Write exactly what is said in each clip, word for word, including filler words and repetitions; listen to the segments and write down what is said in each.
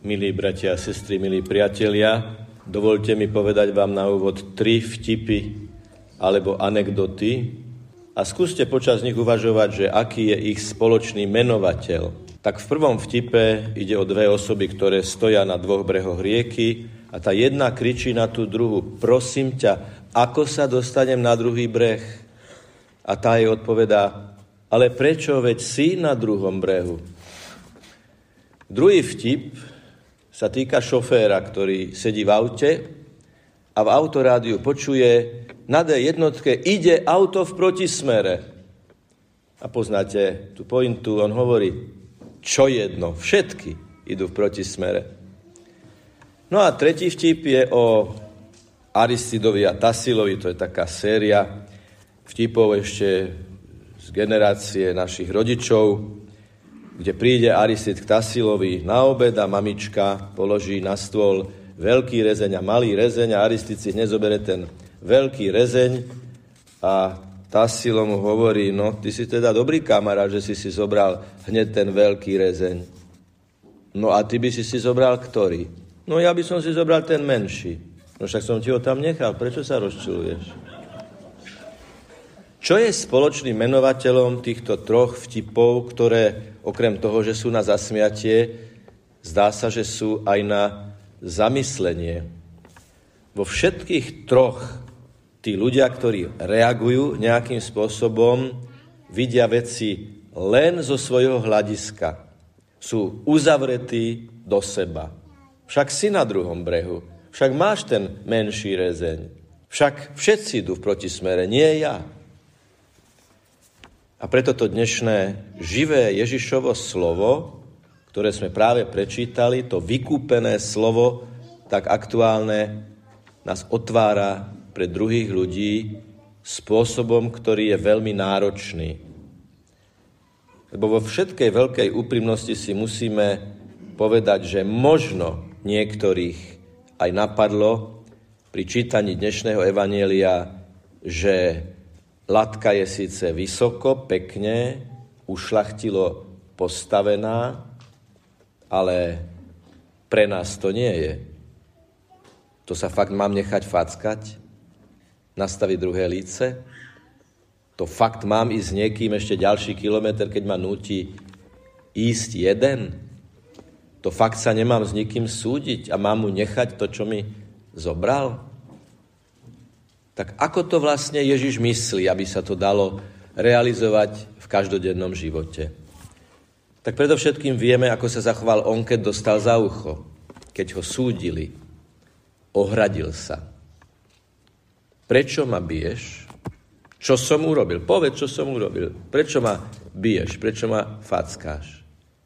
Milí bratia a sestry, milí priatelia, dovolte mi povedať vám na úvod tri vtipy alebo anekdoty a skúste počas nich uvažovať, že aký je ich spoločný menovateľ. Tak v prvom vtipe ide o dve osoby, ktoré stoja na dvoch brehoch rieky a tá jedna kričí na tú druhu: prosím ťa, ako sa dostanem na druhý breh? A tá jej odpovedá: ale prečo, veď si na druhom brehu? Druhý vtip sa týka šoféra, ktorý sedí v aute a v autorádiu počuje: na dé jednotke ide auto v protismere. A poznáte tú pointu, on hovorí: čo jedno, všetky idú v protismere. No a tretí vtip je o Aristidovi a Tassilovi, to je taká séria vtipov ešte z generácie našich rodičov, kde príde Aristid k Tassilovi na obed a mamička položí na stôl veľký rezeň a malý rezeň a Aristid si hneď zobere ten veľký rezeň a Tassilo mu hovorí: no, ty si teda dobrý kamarát, že si si zobral hneď ten veľký rezeň. No a ty by si si zobral ktorý? No ja by som si zobral ten menší. No však som ti ho tam nechal, prečo sa rozčuluješ? Čo je spoločným menovateľom týchto troch vtipov, ktoré okrem toho, že sú na zasmiatie, zdá sa, že sú aj na zamyslenie? Vo všetkých troch tí ľudia, ktorí reagujú nejakým spôsobom, vidia veci len zo svojho hľadiska. Sú uzavretí do seba. Však si na druhom brehu. Však máš ten menší rezeň. Však všetci idú v protismere, nie ja. A preto to dnešné živé Ježišovo slovo, ktoré sme práve prečítali, to vykúpené slovo, tak aktuálne, nás otvára pre druhých ľudí spôsobom, ktorý je veľmi náročný. Lebo vo všetkej veľkej úprimnosti si musíme povedať, že možno niektorých aj napadlo pri čítaní dnešného evanjelia, že latka je síce vysoko, pekne, ušľachtilo postavená, ale pre nás to nie je. To sa fakt mám nechať fackať? Nastaviť druhé líce? To fakt mám ísť s niekým ešte ďalší kilometr, keď ma núti ísť jeden? To fakt sa nemám s nikým súdiť a mám mu nechať to, čo mi zobral? Tak ako to vlastne Ježiš myslí, aby sa to dalo realizovať v každodennom živote? Tak predovšetkým vieme, ako sa zachoval on, keď dostal za ucho, keď ho súdili. Ohradil sa. Prečo ma biješ? Čo som urobil? Povedz, čo som urobil. Prečo ma biješ? Prečo ma fackáš?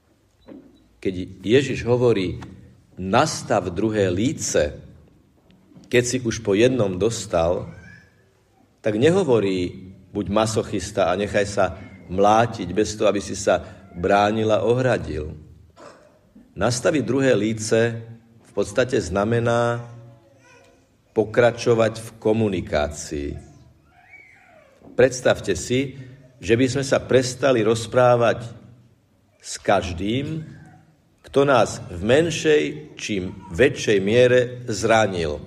Keď Ježiš hovorí: nastav druhé líce, keď si už po jednom dostal, tak nehovorí: buď masochista a nechaj sa mlátiť bez toho, aby si sa bránil a ohradil. Nastaviť druhé líce v podstate znamená pokračovať v komunikácii. Predstavte si, že by sme sa prestali rozprávať s každým, kto nás v menšej či väčšej miere zranil.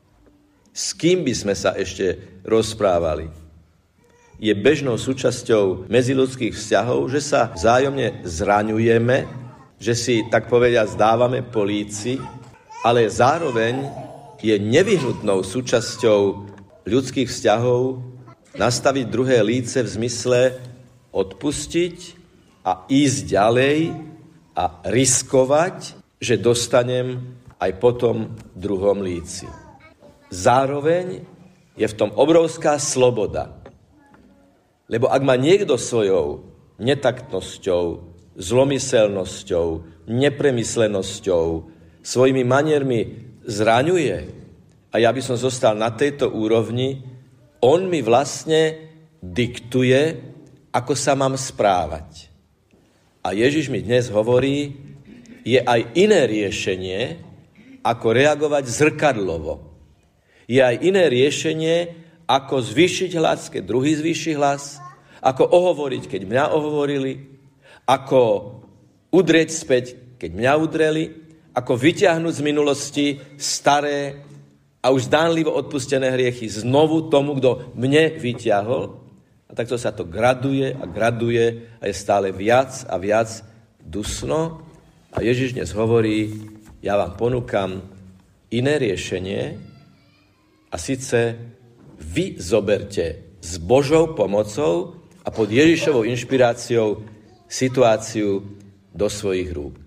S kým by sme sa ešte rozprávali? Je bežnou súčasťou medziľudských vzťahov, že sa vzájomne zraňujeme, že si, tak povediac, dávame po líci, ale zároveň je nevyhnutnou súčasťou ľudských vzťahov nastaviť druhé líce v zmysle odpustiť a ísť ďalej a riskovať, že dostanem aj potom druhom líci. Zároveň je v tom obrovská sloboda. Lebo ak ma niekto svojou netaktnosťou, zlomyselnosťou, nepremyslenosťou, svojimi maniermi zraňuje a ja by som zostal na tejto úrovni, on mi vlastne diktuje, ako sa mám správať. A Ježiš mi dnes hovorí, je aj iné riešenie, ako reagovať zrkadlovo. Je aj iné riešenie, ako zvýšiť hlas, keď druhý zvýši hlas, ako ohovoriť, keď mňa ohovorili, ako udrieť späť, keď mňa udreli, ako vyťahnuť z minulosti staré a už zdánlivo odpustené hriechy znovu tomu, kto mne vyťahol. A takto sa to graduje a graduje a je stále viac a viac dusno. A Ježiš dnes hovorí, ja vám ponúkam iné riešenie a síce vy zoberte s Božou pomocou a pod Ježišovou inšpiráciou situáciu do svojich rúk.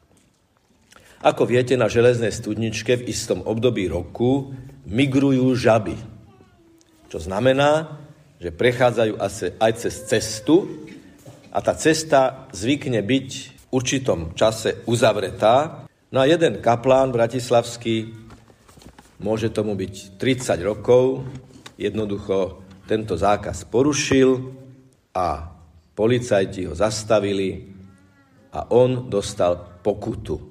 Ako viete, na železnej studničke v istom období roku migrujú žaby. Čo znamená, že prechádzajú aj cez cestu a tá cesta zvykne byť v určitom čase uzavretá. No a jeden kaplán bratislavský, môže tomu byť tridsať rokov, jednoducho tento zákaz porušil a policajti ho zastavili a on dostal pokutu.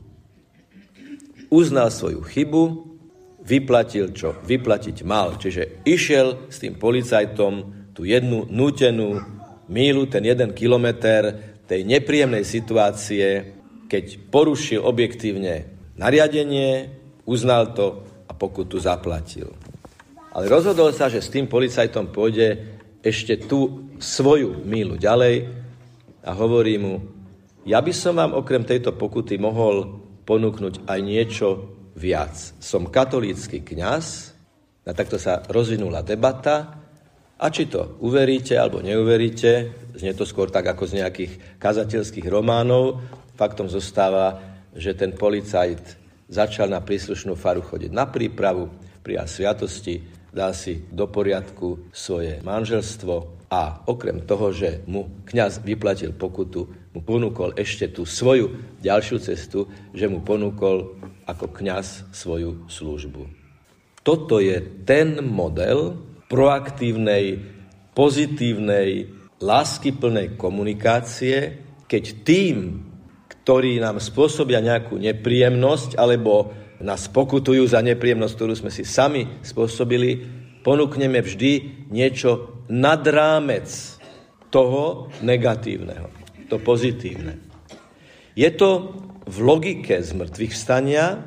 Uznal svoju chybu, vyplatil, čo vyplatiť mal. Čiže išiel s tým policajtom tú jednu nútenú míľu, ten jeden kilometer tej nepríjemnej situácie, keď porušil objektívne nariadenie, uznal to a pokutu zaplatil. Ale rozhodol sa, že s tým policajtom pôjde ešte tú svoju míľu ďalej a hovorí mu, ja by som vám okrem tejto pokuty mohol ponúknuť aj niečo viac. Som katolícky kňaz, a takto sa rozvinula debata, a či to uveríte alebo neuveríte, znie to skôr tak ako z nejakých kazateľských románov, faktom zostáva, že ten policajt začal na príslušnú faru chodiť na prípravu, prijal sviatosti, dal si do poriadku svoje manželstvo a okrem toho, že mu kňaz vyplatil pokutu, mu ponúkol ešte tú svoju ďalšiu cestu, že mu ponúkol ako kňaz svoju službu. Toto je ten model proaktívnej, pozitívnej, láskyplnej komunikácie, keď tým, ktorí nám spôsobia nejakú nepríjemnosť alebo nás pokutujú za nepríjemnosť, ktorú sme si sami spôsobili, ponúkneme vždy niečo nad rámec toho negatívneho, to pozitívne. Je to v logike zmrtvých vstania,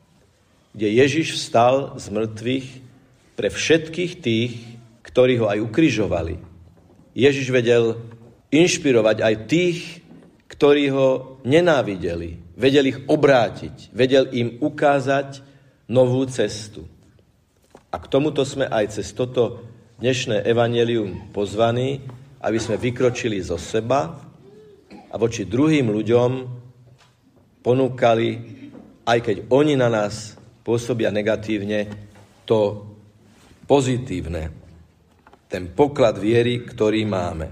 kde Ježiš vstal z mŕtvych pre všetkých tých, ktorí ho aj ukrižovali. Ježiš vedel inšpirovať aj tých, ktorí ho nenávideli. Vedel ich obrátiť, vedel im ukázať novú cestu. A k tomuto sme aj cez toto dnešné evanjelium pozvaní, aby sme vykročili zo seba a voči druhým ľuďom ponúkali, aj keď oni na nás pôsobia negatívne, to pozitívne, ten poklad viery, ktorý máme.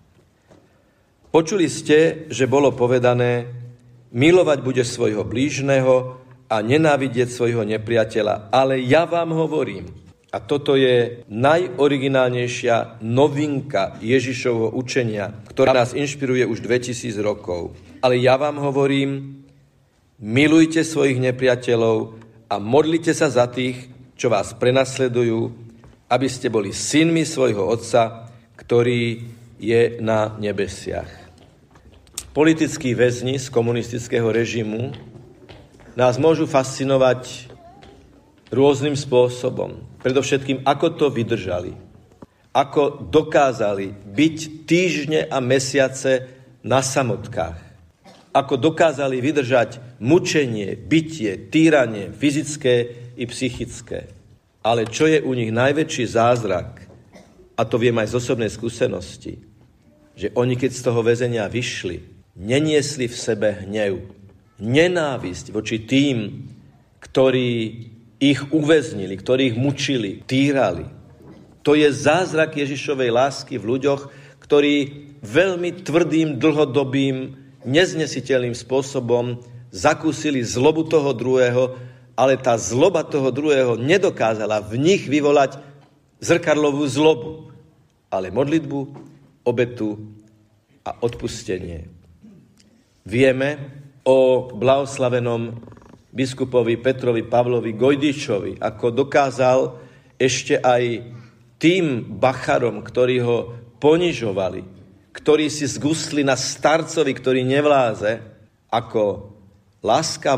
Počuli ste, že bolo povedané, milovať budeš svojho blížneho a nenávidieť svojho nepriateľa. Ale ja vám hovorím, a toto je najoriginálnejšia novinka Ježišovho učenia, ktorá nás inšpiruje už dvetisíc rokov. Ale ja vám hovorím, milujte svojich nepriateľov a modlite sa za tých, čo vás prenasledujú, aby ste boli synmi svojho Otca, ktorý je na nebesiach. Politickí väzni z komunistického režimu nás môžu fascinovať rôznym spôsobom. Predovšetkým, ako to vydržali. Ako dokázali byť týždne a mesiace na samotkách. Ako dokázali vydržať mučenie, bitie, týranie, fyzické i psychické. Ale čo je u nich najväčší zázrak, a to viem aj z osobnej skúsenosti, že oni, keď z toho väzenia vyšli, neniesli v sebe hnev, nenávisť voči tým, ktorí ich uväznili, ktorí ich mučili, týrali. To je zázrak Ježišovej lásky v ľuďoch, ktorí veľmi tvrdým, dlhodobým, neznesiteľným spôsobom zakúsili zlobu toho druhého, ale tá zloba toho druhého nedokázala v nich vyvolať zrkadlovú zlobu, ale modlitbu, obetu a odpustenie. Vieme o blahoslavenom biskupovi Petrovi Pavlovi Gojdičovi, ako dokázal ešte aj tým bacharom, ktorí ho ponižovali, ktorí si zgusli na starcovi, ktorý nevláze, ako láskavo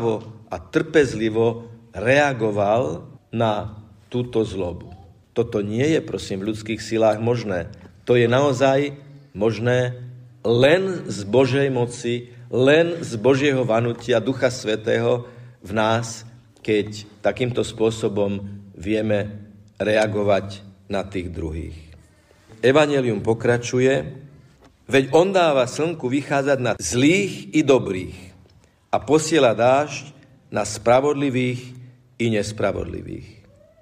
a trpezlivo reagoval na túto zlobu. Toto nie je, prosím, v ľudských silách možné. To je naozaj možné len z Božej moci, len z Božieho vanutia Ducha Svätého v nás, keď takýmto spôsobom vieme reagovať na tých druhých. Evanjelium pokračuje, veď on dáva slnku vychádzať na zlých i dobrých a posiela dážď na spravodlivých i nespravodlivých.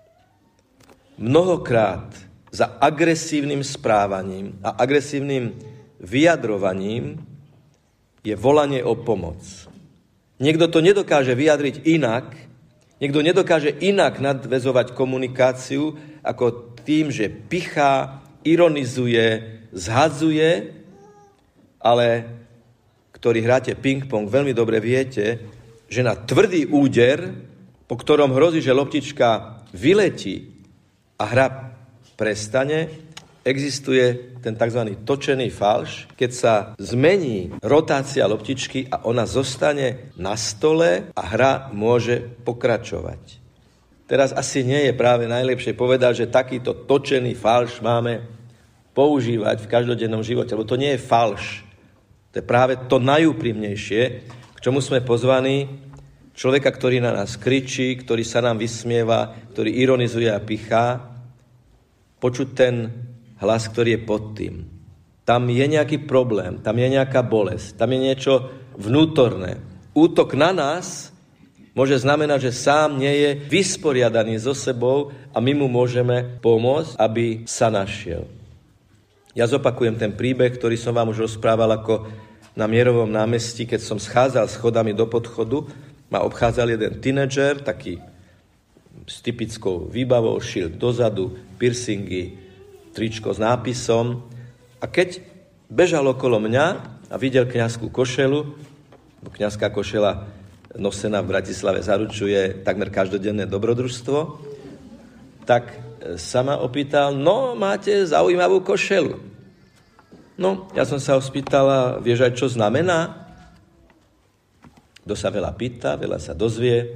Mnohokrát za agresívnym správaním a agresívnym vyjadrovaním je volanie o pomoc. Niekto to nedokáže vyjadriť inak, niekto nedokáže inak nadväzovať komunikáciu ako tým, že pichá, ironizuje, zhadzuje, ale ktorí hráte ping-pong, veľmi dobre viete, že na tvrdý úder, po ktorom hrozí, že loptička vyletí a hra prestane, existuje ten tzv. Točený falš, keď sa zmení rotácia loptičky a ona zostane na stole a hra môže pokračovať. Teraz asi nie je práve najlepšie povedať, že takýto točený falš máme používať v každodennom živote, lebo to nie je falš. To je práve to najúprimnejšie, k čomu sme pozvaní, človeka, ktorý na nás kričí, ktorý sa nám vysmieva, ktorý ironizuje a pichá, počuť ten hlas, ktorý je pod tým. Tam je nejaký problém, tam je nejaká bolesť, tam je niečo vnútorné. Útok na nás môže znamenať, že sám nie je vysporiadaný so sebou a my mu môžeme pomôcť, aby sa našiel. Ja zopakujem ten príbeh, ktorý som vám už rozprával ako na Mierovom námestí, keď som schádzal schodami do podchodu, ma obchádzal jeden tínedžer, taký s typickou výbavou, šilt dozadu, piercingy, tričko s nápisom. A keď bežal okolo mňa a videl kňazskú košelu, bo kňazská košela nosená v Bratislave zaručuje takmer každodenné dobrodružstvo, tak sa ma opýtal, no máte zaujímavú košelu. No, ja som sa ho spýtala, vieš aj čo znamená? Kto sa veľa pýta, veľa sa dozvie.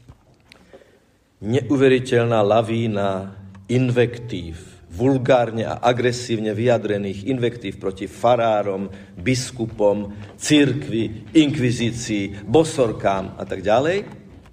Neuveriteľná lavína invektív, vulgárne a agresívne vyjadrených invektív proti farárom, biskupom, cirkvi, inkvizícii, bosorkám a tak ďalej.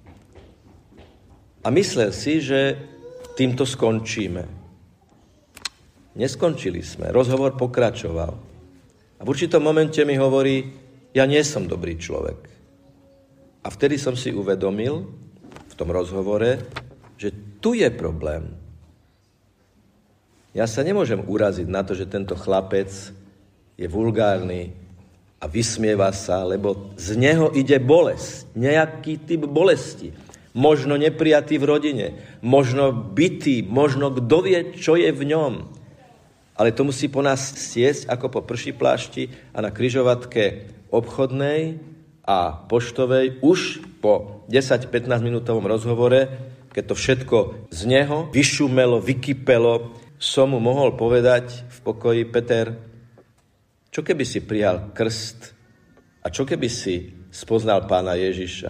A myslel si, že týmto skončíme. Neskončili sme. Rozhovor pokračoval. A v určitom momente mi hovorí, ja nie som dobrý človek. A vtedy som si uvedomil v tom rozhovore, že tu je problém. Ja sa nemôžem uraziť na to, že tento chlapec je vulgárny a vysmieva sa, lebo z neho ide bolesť. Nejaký typ bolesti. Možno neprijatý v rodine, možno bitý, možno kto vie, čo je v ňom. Ale to musí po nás stiesť ako po prší plášti a na križovatke obchodnej a poštovej už po desať až pätnásť minútovom rozhovore, keď to všetko z neho vyšumelo, vykypelo, som mu mohol povedať v pokoji, Peter, čo keby si prijal krst a čo keby si spoznal pána Ježiša?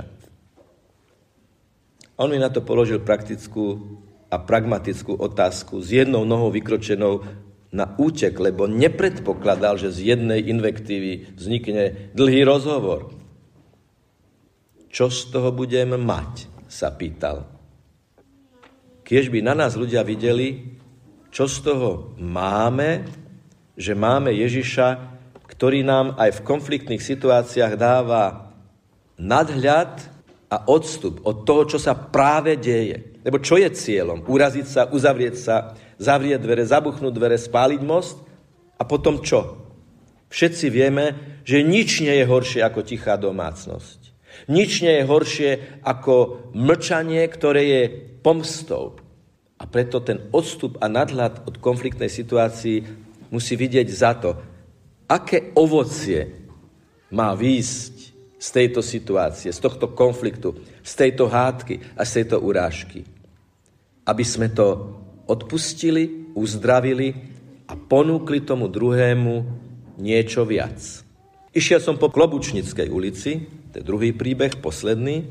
On mi na to položil praktickú a pragmatickú otázku s jednou nohou vykročenou na útek, lebo nepredpokladal, že z jednej invektívy vznikne dlhý rozhovor. Čo z toho budem mať, sa pýtal. Kiež by na nás ľudia videli, čo z toho máme, že máme Ježiša, ktorý nám aj v konfliktných situáciách dáva nadhľad a odstup od toho, čo sa práve deje. Lebo čo je cieľom? Uraziť sa, uzavrieť sa, zavrieť dvere, zabuchnúť dvere, spáliť most a potom čo? Všetci vieme, že nič nie je horšie ako tichá domácnosť. Nič nie je horšie ako mlčanie, ktoré je pomstou. A preto ten odstup a nadhľad od konfliktnej situácii musí vidieť za to, aké ovocie má výjsť z tejto situácie, z tohto konfliktu, z tejto hádky a z tejto urážky. Aby sme to odpustili, uzdravili a ponúkli tomu druhému niečo viac. Išiel som po Klobučnickej ulici, to je druhý príbeh, posledný.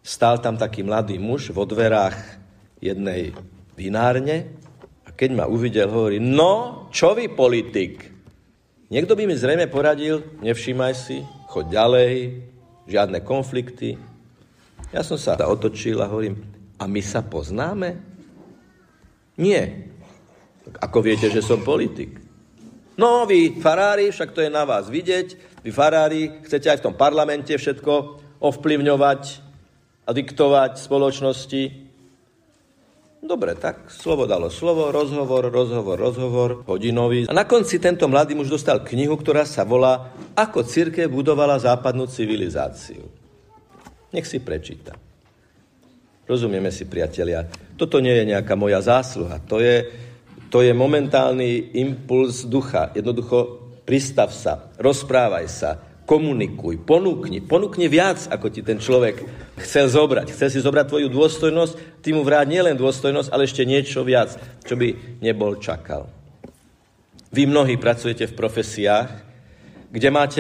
Stál tam taký mladý muž vo dverách jednej vinárne a keď ma uvidel, hovorí, no, čo vy, politik? Niekto by mi zrejme poradil, nevšímaj si, choď ďalej, žiadne konflikty. Ja som sa otočil a hovorím, a my sa poznáme? Nie. Ako viete, že som politik? No, vy farári, však to je na vás vidieť, vy farári chcete aj v tom parlamente všetko ovplyvňovať a diktovať spoločnosti. Dobre, tak slovo dalo slovo, rozhovor, rozhovor, rozhovor, hodinový. A na konci tento mladý muž dostal knihu, ktorá sa volá Ako cirkev budovala západnú civilizáciu. Nech si prečíta. Rozumieme si, priatelia. Toto nie je nejaká moja zásluha. To je, to je momentálny impuls ducha. Jednoducho pristav sa, rozprávaj sa, komunikuj, ponúkni. Ponúkni viac, ako ti ten človek chcel zobrať. Chcel si zobrať tvoju dôstojnosť, ty mu vráť nielen dôstojnosť, ale ešte niečo viac, čo by nebol čakal. Vy mnohí pracujete v profesiách, kde máte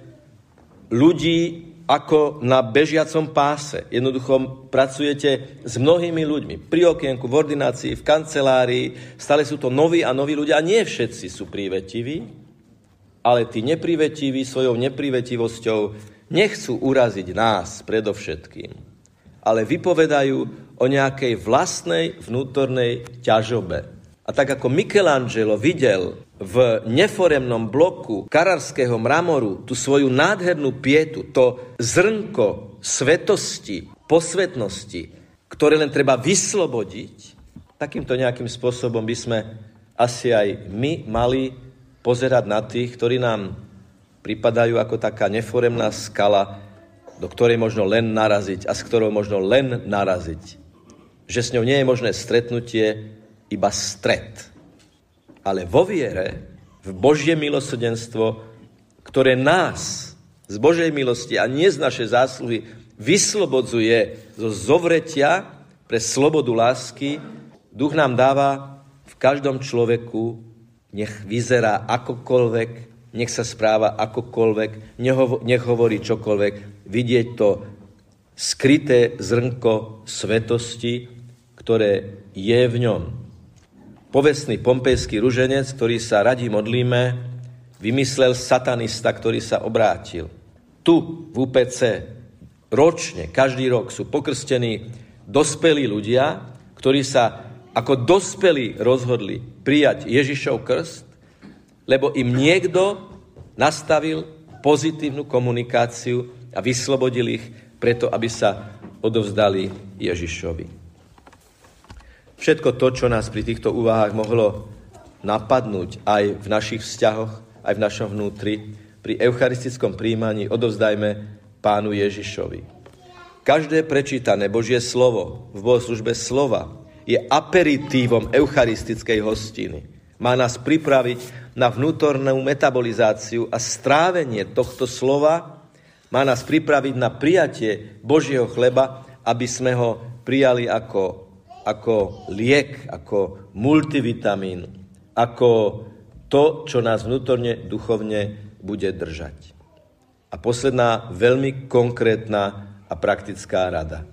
ľudí ako na bežiacom páse. Jednoducho pracujete s mnohými ľuďmi. Pri okienku, v ordinácii, v kancelárii. Stále sú to noví a noví ľudia. A nie všetci sú prívetiví, ale tí neprívetiví svojou neprivetivosťou nechcú uraziť nás predovšetkým. Ale vypovedajú o nejakej vlastnej vnútornej ťažobe. A tak ako Michelangelo videl v neforemnom bloku kararského mramoru tú svoju nádhernú pietu, to zrnko svetosti, posvetnosti, ktoré len treba vyslobodiť, takýmto nejakým spôsobom by sme asi aj my mali pozerať na tých, ktorí nám pripadajú ako taká neforemná skala, do ktorej možno len naraziť a s ktorou možno len naraziť. Že s ňou nie je možné stretnutie, iba stret. Ale vo viere, v Božie milosrdenstvo, ktoré nás z Božej milosti a nie z našej zásluhy vyslobodzuje zo zovretia pre slobodu lásky, duch nám dáva v každom človeku, nech vyzerá akokoľvek, nech sa správa akokoľvek, nech hovorí čokoľvek, vidieť to skryté zrnko svetosti, ktoré je v ňom. Povestný pompejský ruženec, ktorý sa radi modlíme, vymyslel satanista, ktorý sa obrátil. Tu v ú pé cé ročne, každý rok sú pokrstení dospelí ľudia, ktorí sa ako dospelí rozhodli prijať Ježišov krst, lebo im niekto nastavil pozitívnu komunikáciu a vyslobodil ich preto, aby sa odovzdali Ježišovi. Všetko to, čo nás pri týchto úvahách mohlo napadnúť aj v našich vzťahoch, aj v našom vnútri, pri eucharistickom prijímaní odovzdajme Pánu Ježišovi. Každé prečítané Božie slovo v bohoslužbe slova je aperitívom eucharistickej hostiny. Má nás pripraviť na vnútornú metabolizáciu a strávenie tohto slova, má nás pripraviť na prijatie Božieho chleba, aby sme ho prijali ako ako liek, ako multivitamín, ako to, čo nás vnútorne, duchovne bude držať. A posledná, veľmi konkrétna a praktická rada.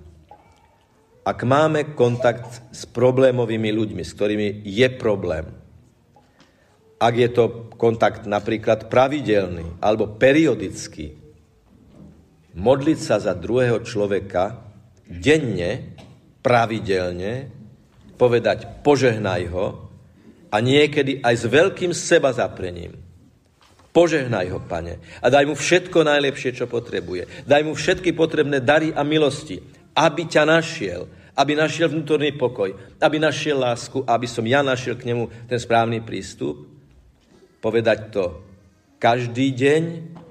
Ak máme kontakt s problémovými ľuďmi, s ktorými je problém, ak je to kontakt napríklad pravidelný alebo periodický, modliť sa za druhého človeka denne, pravidelne, povedať požehnaj ho a niekedy aj s veľkým seba zaprením. Požehnaj ho, Pane, a daj mu všetko najlepšie, čo potrebuje. Daj mu všetky potrebné dary a milosti, aby ťa našiel, aby našiel vnútorný pokoj, aby našiel lásku, aby som ja našiel k nemu ten správny prístup. Povedať to každý deň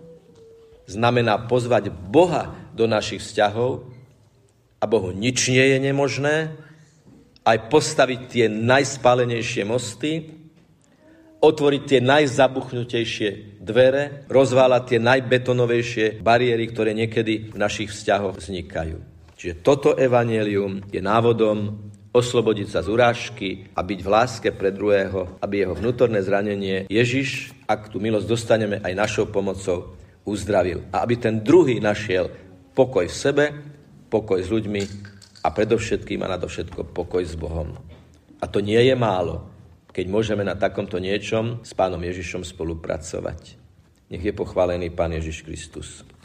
znamená pozvať Boha do našich vzťahov, a Bohu nič nie je nemožné, aj postaviť tie najspálenejšie mosty, otvoriť tie najzabuchnutejšie dvere, rozváľať tie najbetonovejšie bariéry, ktoré niekedy v našich vzťahoch vznikajú. Čiže toto evanjelium je návodom oslobodiť sa z urážky a byť v láske pre druhého, aby jeho vnútorné zranenie Ježiš, ak tú milosť dostaneme aj našou pomocou, uzdravil. A aby ten druhý našiel pokoj v sebe, pokoj s ľuďmi a predovšetkým a nadovšetko pokoj s Bohom. A to nie je málo, keď môžeme na takomto niečom s Pánom Ježišom spolupracovať. Nech je pochválený Pán Ježiš Kristus.